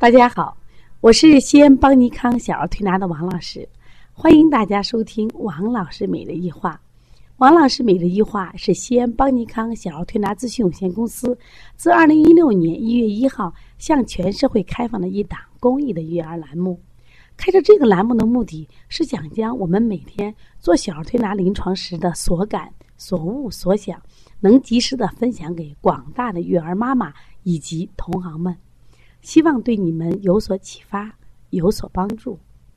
大家好，我是西安邦尼康小儿推拿的王老师，欢迎大家收听王老师每日一话。王老师每日一话是西安邦尼康小儿推拿咨询有限公司自2016年1月1号向全社会开放的一档公益的育儿栏目。开设这个栏目的目的是想将我们每天做小儿推拿临床时的所感、所悟、所想，能及时的分享给广大的育儿妈妈以及同行们，希望对你们有所启发，有所帮助。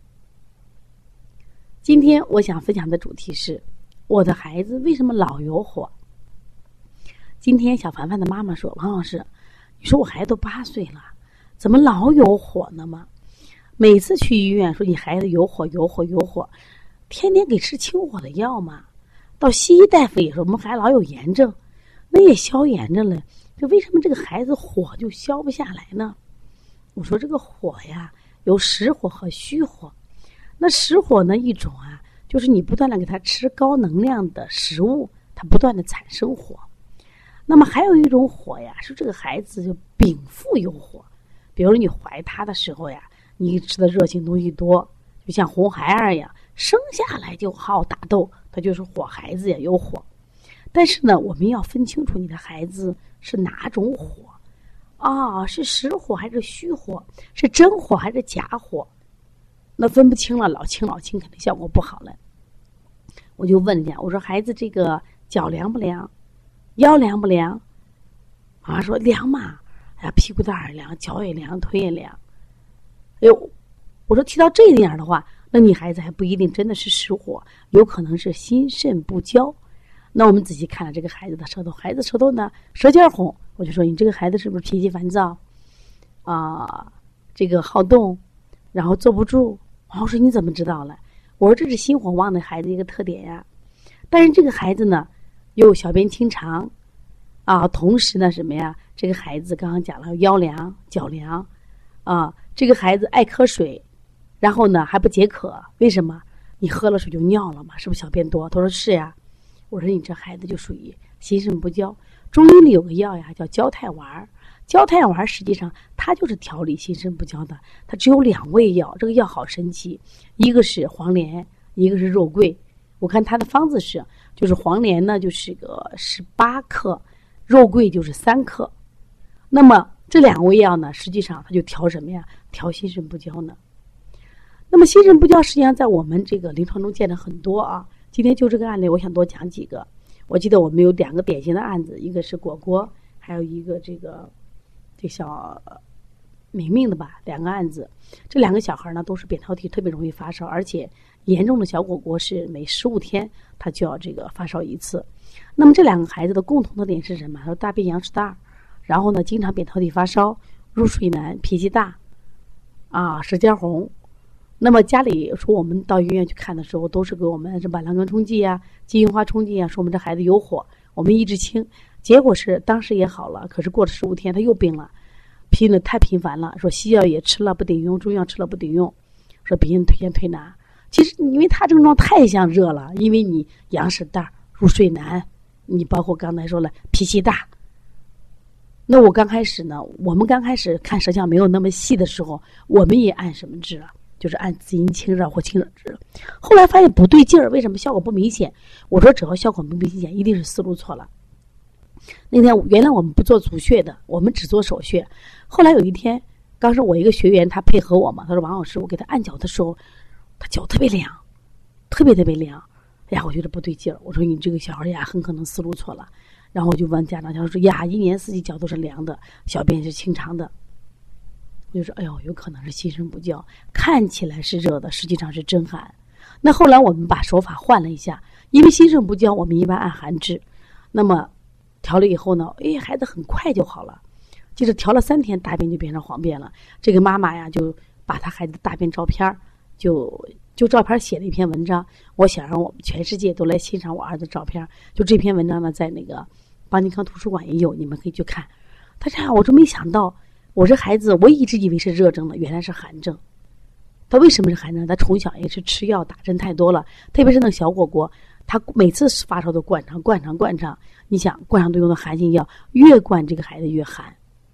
今天我想分享的主题是我的孩子为什么老有火。今天小凡凡的妈妈说，王老师，你说我孩子都8岁了，怎么老有火呢吗？每次去医院说你孩子有火，天天给吃清火的药嘛。到西医大夫也说我们孩子老有炎症，那也消炎着了，就为什么这个孩子火就消不下来呢？我说这个火呀，有实火和虚火。那实火呢，一种啊，就是你不断的给他吃高能量的食物，它不断的产生火。那么还有一种火呀，是这个孩子就禀赋有火。比如你怀他的时候呀，你吃的热性东西多，就像红孩儿一样，生下来就好打斗，他就是火孩子也有火。但是呢，我们要分清楚你的孩子是哪种火啊，是实火还是虚火，是真火还是假火。那分不清了，老清肯定效果不好了。我就问人家，我说孩子这个脚凉不凉，腰凉不凉？啊，说凉嘛，哎呀，屁股蛋儿凉，脚也凉，腿也凉。哎呦，我说提到这样的话，那你孩子还不一定真的是实火，有可能是心肾不交。那我们仔细看了这个孩子的舌头，孩子舌头呢舌尖红，我就说你这个孩子是不是脾气烦躁啊？这个好动，然后坐不住。我说你怎么知道了？我说这是心火旺的孩子一个特点呀。但是这个孩子呢，又小便清长啊，同时呢什么呀？这个孩子刚刚讲了腰凉、脚凉啊，这个孩子爱喝水，然后呢还不解渴，为什么？你喝了水就尿了嘛，是不是小便多？他说是呀。我说你这孩子就属于心肾不交。中医里有个药呀，叫焦太丸。焦太丸实际上它就是调理心肾不交的，它只有2味药，这个药好神奇，一个是黄连，一个是肉桂。我看它的方子是，就是黄连呢就是个18克，肉桂就是3克。那么这2味药呢，实际上它就调什么呀？调心肾不交呢。那么心肾不交实际上在我们这个临床中见的很多啊。今天就这个案例，我想多讲几个。我记得我们有2个典型的案子，一个是果果，还有一个这小明明的吧，2个案子。这2个小孩呢都是扁桃体特别容易发烧，而且严重的小果果是每15天他就要这个发烧1次。那么这2个孩子的共同特点是什么？他说大便羊屎蛋，然后呢经常扁桃体发烧，入睡难，脾气大啊，舌尖红。那么家里说我们到医院去看的时候，都是给我们什么板蓝根冲剂啊、金银花冲剂啊，说我们这孩子有火，我们一直清，结果是当时也好了，可是过了15天他又病了，拼的太频繁了，说西药也吃了不顶用，中药吃了不顶用，说别人推荐推拿。其实因为他症状太像热了，因为你羊屎蛋、入睡难，你包括刚才说了脾气大。那我刚开始呢，我们刚开始看舌象没有那么细的时候，我们也按什么治啊？就是按滋阴清热或清热治。后来发现不对劲儿，为什么效果不明显？我说只要效果不明显，一定是思路错了。那天原来我们不做足穴的，我们只做手穴。后来有一天，当时我一个学员他配合我嘛，他说王老师，我给他按脚的时候，他脚特别凉，特别凉。哎呀，我觉得不对劲儿。我说你这个小孩呀，很可能思路错了。然后我就问家长，他说呀，一年四季脚都是凉的，小便是清长的。我就说，哎呦，有可能是心肾不交，看起来是热的，实际上是真寒。那后来我们把手法换了一下，因为心肾不交，我们一般按寒治。那么调了以后呢，孩子很快就好了，就是调了3天，大便就变成黄便了。这个妈妈呀，就把她孩子的大便照片，就照片写了一篇文章。我想让我们全世界都来欣赏我儿子照片。就这篇文章呢，在那个邦尼康图书馆也有，你们可以去看。他这样，我说没想到。我这孩子，我一直以为是热症的，原来是寒症。他为什么是寒症？他从小也是吃药打针太多了，特别是那小果果，他每次发烧都灌肠。你想灌肠都用的寒性药，越灌这个孩子越寒。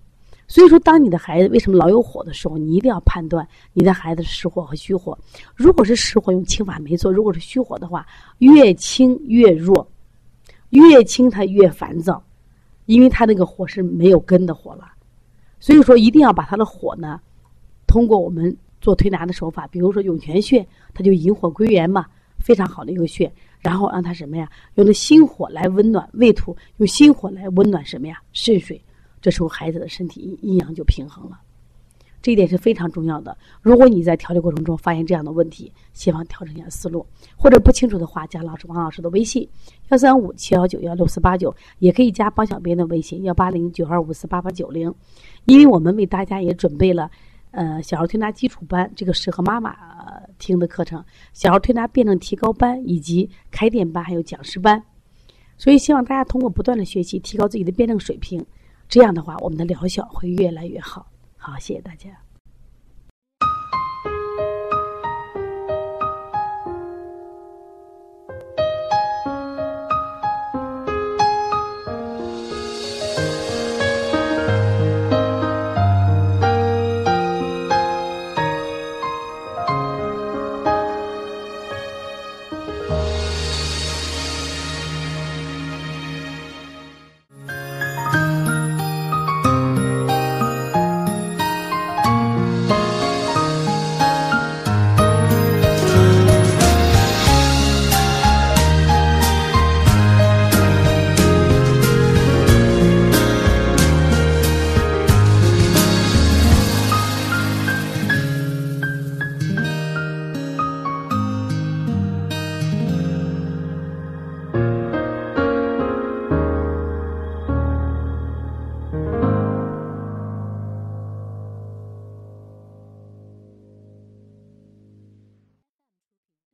所以说，当你的孩子为什么老有火的时候，你一定要判断你的孩子是实火和虚火。如果是实火，用清法没错；如果是虚火的话，越轻越弱，越轻他越烦躁，因为他那个火是没有根的火了。所以说，一定要把他的火呢，通过我们做推拿的手法，比如说涌泉穴，它就引火归元嘛，非常好的一个穴。然后让他什么呀？用的心火来温暖胃土，用心火来温暖什么呀？肾水。这时候孩子的身体阴阳就平衡了，这一点是非常重要的。如果你在调理过程中发现这样的问题，希望调整一下思路，或者不清楚的话，加王老师的微信135719489，也可以加帮小编的微信18092548890。因为我们为大家也准备了小儿推拿基础班，这个适合妈妈听的课程，小儿推拿辩证提高班，以及开店班，还有讲师班。所以希望大家通过不断的学习，提高自己的辩证水平，这样的话我们的疗效会越来越好。好，谢谢大家。